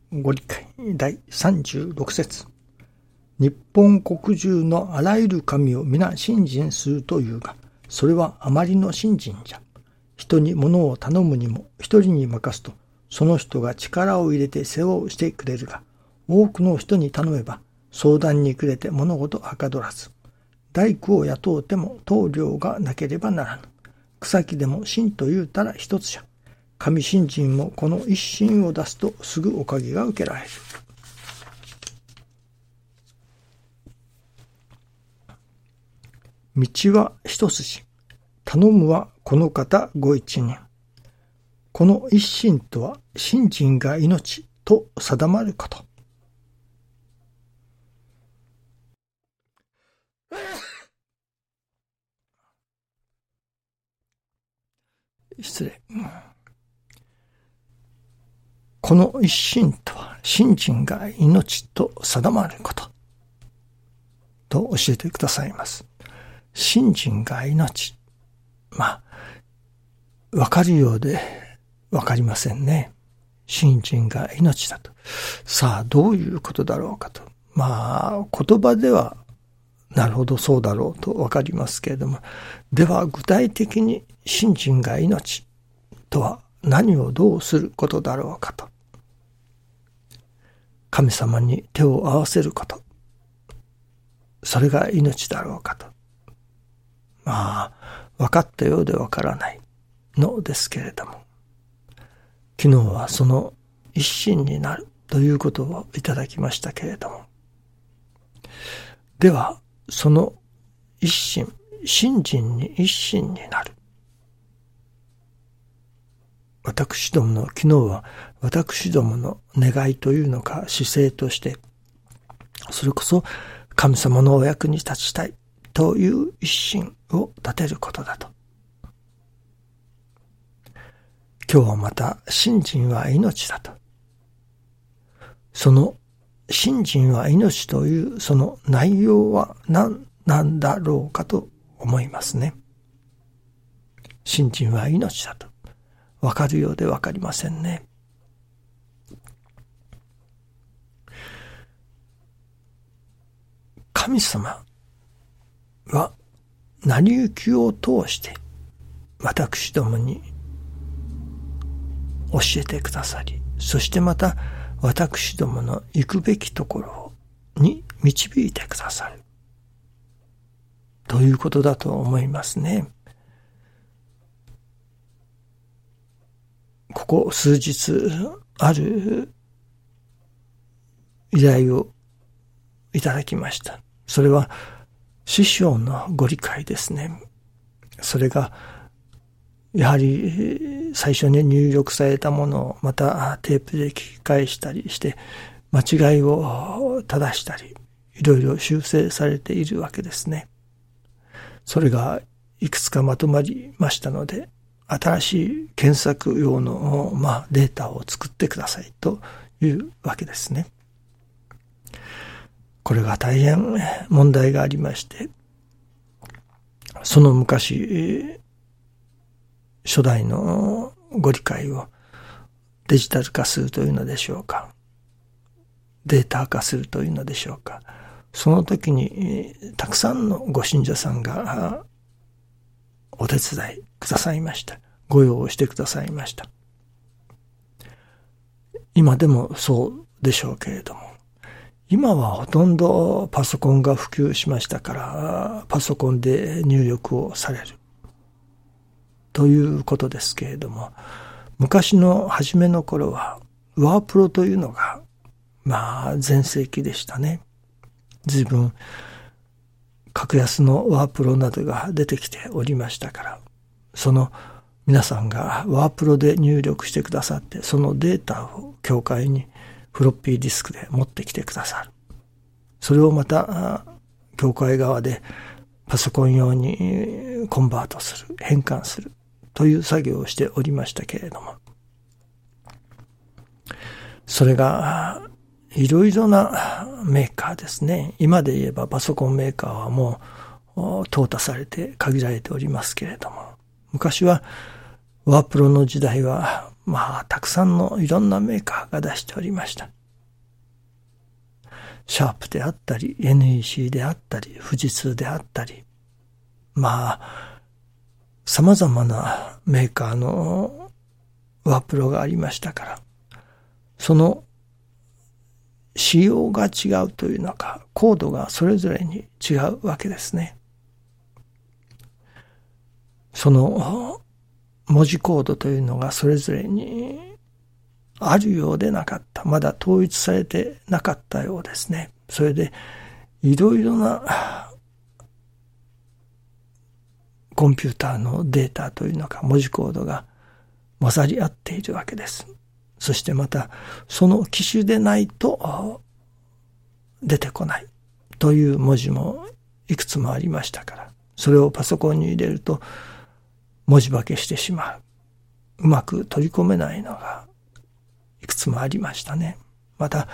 ご理解第36節。日本国中のあらゆる神を皆信心するというが、それはあまりの信心じゃ。人に物を頼むにも一人に任すと、その人が力を入れて世話をしてくれるが、多くの人に頼めば相談にくれて物事はかどらず、大工を雇うても棟梁がなければならぬ。草木でも信と言うたら一つじゃ。神信心もこの一心を出すとすぐおかげが受けられる。道は一筋。頼むはこの方ご一人。この一心とは信心が命と定まること。失礼。この一心とは信心が命と定まることと教えてくださいます。信心が命。わかるようでわかりませんね。信心が命だと。さあ、どういうことだろうかと。言葉ではなるほどそうだろうとわかりますけれども、では具体的に信心が命とは何をどうすることだろうかと。神様に手を合わせること。それが命だろうかと。分かったようでわからないのですけれども、昨日はその一心になるということをいただきましたけれども、ではその一心、信心に一心になる。私どもの昨日は私どもの願いというのか姿勢として、それこそ神様のお役に立ちたいという一心を立てることだと。今日はまた信心は命だと。その信心は命というその内容は何なんだろうかと思いますね。信心は命だと。わかるようでわかりませんね。神様は成り行きを通して私どもに教えてくださり、そしてまた私どもの行くべきところに導いてくださるということだと思いますね。ここ数日ある依頼をいただきました。それは師匠のご理解ですね。それがやはり最初に入力されたものをまたテープで聞き返したりして間違いを正したりいろいろ修正されているわけですね。それがいくつかまとまりましたので、新しい検索用のデータを作ってくださいというわけですね。これが大変問題がありまして、その昔初代のご理解をデジタル化するというのでしょうか、データ化するというのでしょうか、その時にたくさんのご信者さんがお手伝いくださいました。ご用をしてくださいました。今でもそうでしょうけれども、今はほとんどパソコンが普及しましたから、パソコンで入力をされるということですけれども、昔の初めの頃はワープロというのが全盛期でしたね。随分格安のワープロなどが出てきておりましたから、その皆さんがワープロで入力してくださって、そのデータを教会にフロッピーディスクで持ってきてくださる。それをまた教会側でパソコン用にコンバートする、変換するという作業をしておりましたけれども、それがいろいろなメーカーですね。今で言えばパソコンメーカーはもう淘汰されて限られておりますけれども、昔はワープロの時代はたくさんのいろんなメーカーが出しておりました。 シャープであったり、NEC であったり、富士通であったり、様々なメーカーのワープロがありましたから、その仕様が違うというのか、コードがそれぞれに違うわけですね。その文字コードというのがそれぞれにあるようでなかった。まだ統一されてなかったようですね。それでいろいろなコンピューターのデータというのか文字コードが混ざり合っているわけです。そしてまたその機種でないと出てこないという文字もいくつもありましたから、それをパソコンに入れると文字化けしてしまう。うまく取り込めないのがいくつもありましたね。また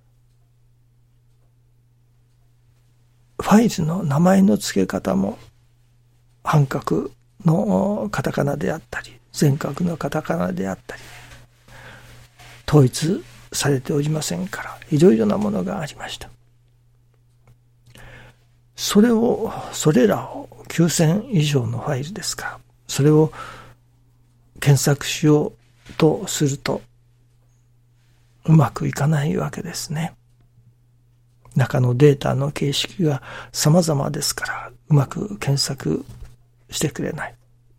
ファイルの名前の付け方も半角のカタカナであったり、全角のカタカナであったり、統一されておりませんから、いろいろなものがありました。それらを9000以上のファイルですから、それを検索しようとするとうまくいかないわけですね。中のデータの形式が様々ですから、うまく検索してくれない。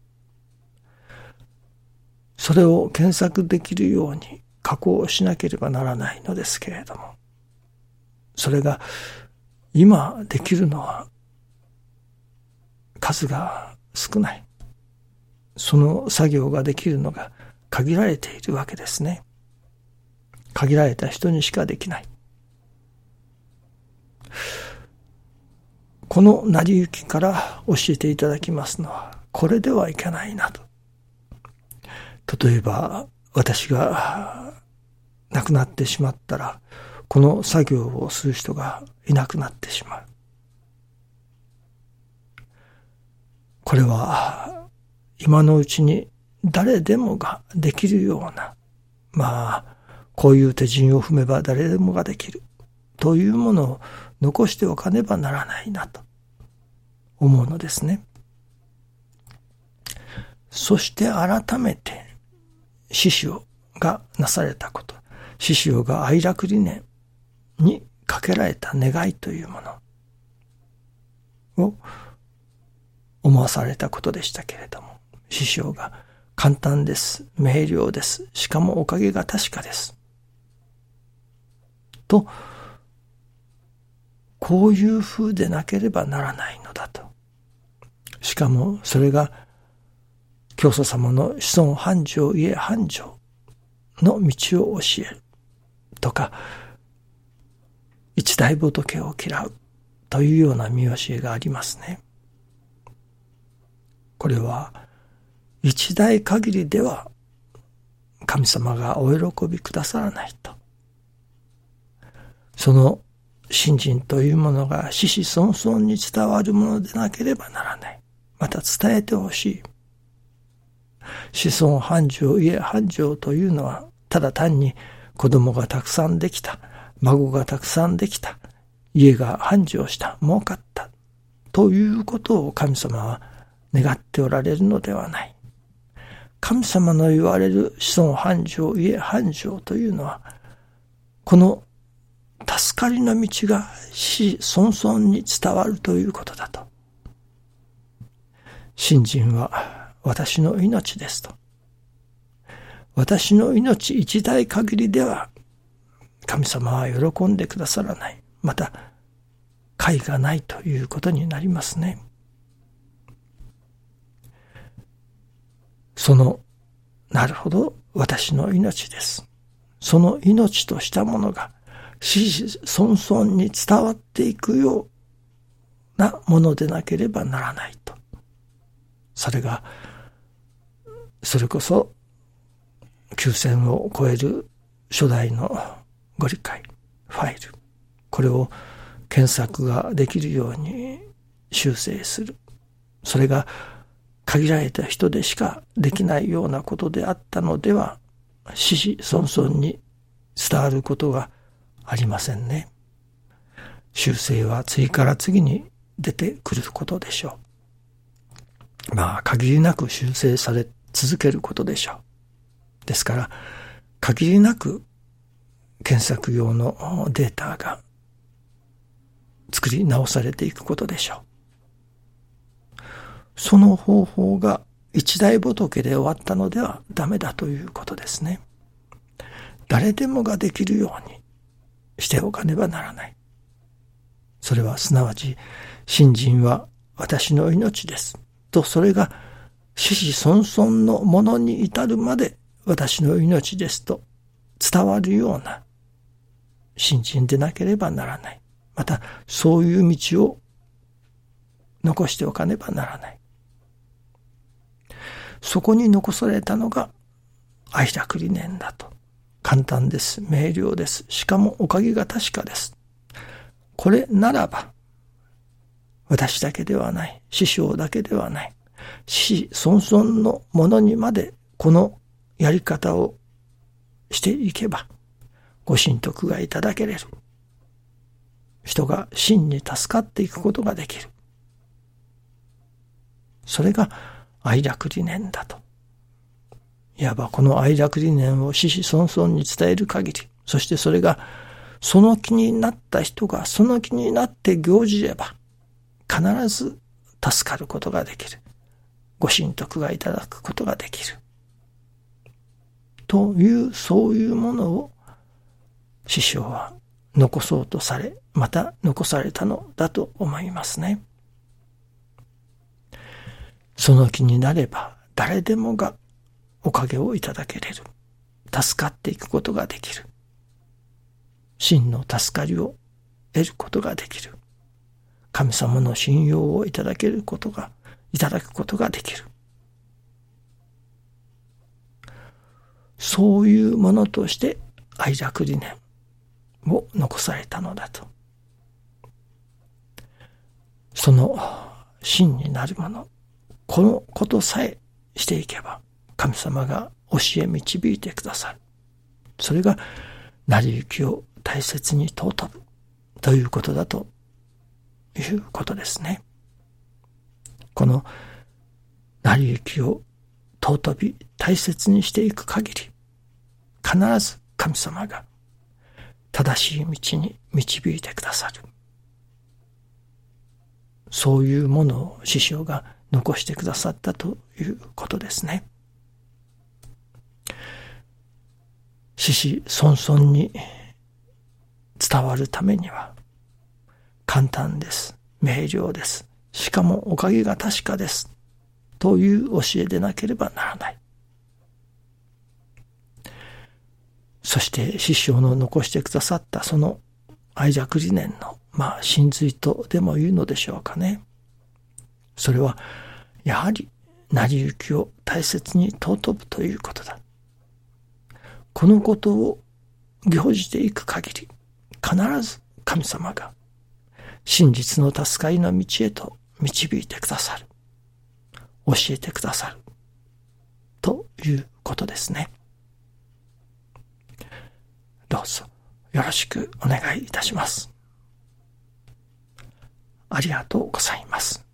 それを検索できるように加工しなければならないのですけれども、それが今できるのは数が少ない。その作業ができるのが限られているわけですね。限られた人にしかできない。この成り行きから教えていただきますのは、これではいけないなと。例えば私が亡くなってしまったら、この作業をする人がいなくなってしまう。これは今のうちに誰でもができるような、こういう手順を踏めば誰でもができるというものを残しておかねばならないなと思うのですね。そして改めて師匠がなされたこと、師匠が愛楽理念にかけられた願いというものを思わされたことでしたけれども、師匠が簡単です、明瞭です、しかもおかげが確かですと、こういう風でなければならないのだと。しかもそれが教祖様の子孫繁盛家繁盛の道を教えるとか、一大仏を嫌うというような見教えがありますね。これは一代限りでは神様がお喜びくださらないと。その信心というものが子々孫々に伝わるものでなければならない。また伝えてほしい。子孫繁盛家繁盛というのは、ただ単に子供がたくさんできた、孫がたくさんできた、家が繁盛した、儲かったということを神様は願っておられるのではない。神様の言われる子孫繁盛家繁盛というのは、この助かりの道が子孫々に伝わるということだと。信心は私の命ですと。私の命一代限りでは神様は喜んでくださらない。また解がないということになりますね。なるほど、私の命です。その命としたものが子々孫々に伝わっていくようなものでなければならないと。それこそ9000を超える初代のご理解、ファイル、これを検索ができるように修正する。それが限られた人でしかできないようなことであったのでは、子々孫々に伝わることがありませんね。 修正は次から次に出てくることでしょう。限りなく修正され続けることでしょう。ですから、限りなく検索用のデータが作り直されていくことでしょう。その方法が一大仏で終わったのではダメだということですね。誰でもができるようにしておかねばならない。それはすなわち、信心は私の命ですと、それが子々孫々のものに至るまで私の命ですと伝わるような信心でなければならない。またそういう道を残しておかねばならない。そこに残されたのが愛楽理念だと。簡単です。明瞭です。しかもおかげが確かです。これならば、私だけではない、師匠だけではない、子々孫々のものにまでこのやり方をしていけば、ご神徳がいただけれる。人が真に助かっていくことができる。それが愛楽理念だと。いわばこの愛楽理念を子々孫々に伝える限り、そしてそれがその気になった人がその気になって行じれば、必ず助かることができる。ご神徳がいただくことができる。という、そういうものを師匠は残そうとされ、また残されたのだと思いますね。その気になれば誰でもがおかげをいただけれる。助かっていくことができる。真の助かりを得ることができる。神様の信用をいただくことができる。そういうものとして愛楽理念を残されたのだと。その真になるもの、このことさえしていけば神様が教え導いてくださる。それが成り行きを大切に尊ぶということだということですね。この成り行きを尊び大切にしていく限り、必ず神様が正しい道に導いてくださる。そういうものを師匠が残してくださったということですね。子々孫々に伝わるためには簡単です。明瞭です。しかもおかげが確かです。という教えでなければならない。そして師匠の残してくださったその愛楽理念の真髄とでも言うのでしょうかね。それはやはり成り行きを大切に尊ぶということだ。このことを行じていく限り、必ず神様が真実の助かりの道へと導いてくださる。教えてくださる。ということですね。どうぞよろしくお願いいたします。ありがとうございます。